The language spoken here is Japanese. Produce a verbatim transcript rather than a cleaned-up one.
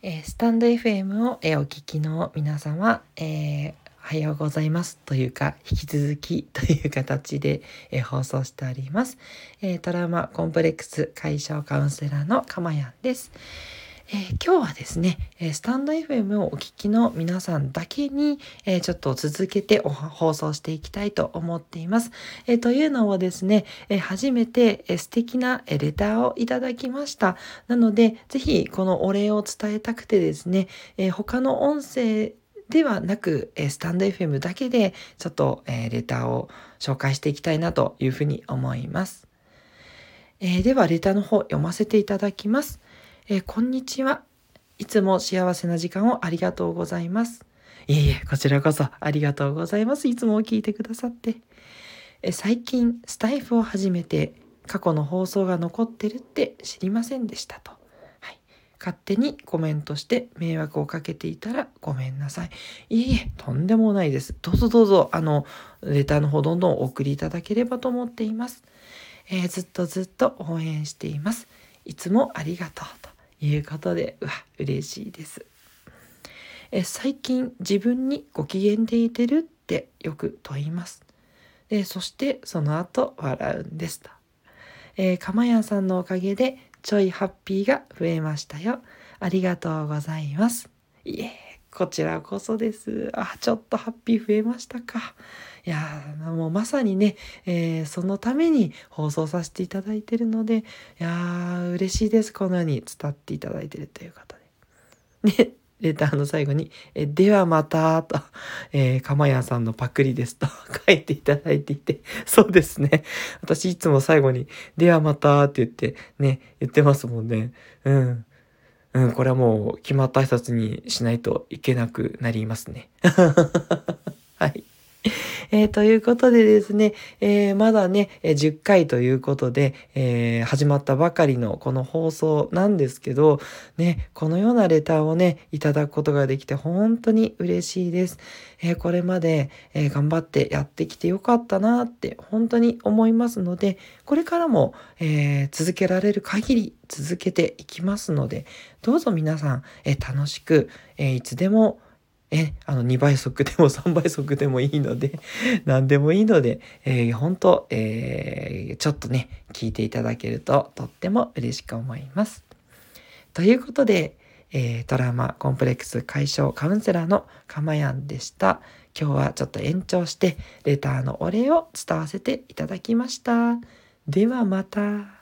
えースタンド エフエム を、えーお聞きの皆様、えーおはようございますというか、引き続きという形で、えー放送しております、えートラウマコンプレックス解消カウンセラーのかまやんです。えー今日はですね、えースタンド エフエム をお聞きの皆さんだけに、えーちょっと続けてお放送していきたいと思っています。えーというのをですね、えー初めて、えー素敵な、えーレターをいただきました。なので、ぜひこのお礼を伝えたくてですね、えー他の音声ではなく、えースタンド エフエム だけでちょっと、えーレターを紹介していきたいなというふうに思います。えーでは、レターの方読ませていただきます。えーこんにちは。いつも幸せな時間をありがとうございます。いえいえ、こちらこそありがとうございます。いつも聞いてくださって。え最近、スタイフを始めて、過去の放送が残ってるって知りませんでしたと。はい。勝手にコメントして迷惑をかけていたらごめんなさい。いえいえ、とんでもないです。どうぞどうぞ、あの、レターの方どんどんお送りいただければと思っています。えーずっとずっと応援しています。いつもありがとうということで、うわ、嬉しいです。え最近自分にご機嫌でいてるってよく問います。でそしてその後笑うんですと。えー、かまやんさんのおかげでちょいハッピーが増えましたよ。ありがとうございます。いえ、こちらこそです。あ、ちょっとハッピー増えましたか。いやー、もうまさにね、えーそのために放送させていただいているので、いやー、嬉しいです。このように伝わっていただいているということで。で、レターの最後に、えではまたと、えー、かまやさんのパクリですと書いていただいていて、そうですね。私いつも最後に、ではまたって言ってね、言ってますもんね。うん。うん、これはもう決まった挨拶にしないといけなくなりますね。はい。えーということでですね、えーまだね、えーじゅっかいということで、えー始まったばかりのこの放送なんですけど、ね、このようなレターをね、いただくことができて本当に嬉しいです。えーこれまで、えー頑張ってやってきてよかったなって本当に思いますので、これからも、えー続けられる限り続けていきますので、どうぞ皆さん、えー楽しく、えーいつでもえ、あのにばい速でもさんばい速でもいいので、何でもいいので、えー、本当、えーちょっとね、聞いていただけるととっても嬉しく思います。ということで、えートラウマコンプレックス解消カウンセラーのかまやんでした。今日はちょっと延長して、レターのお礼を伝わせていただきました。ではまた。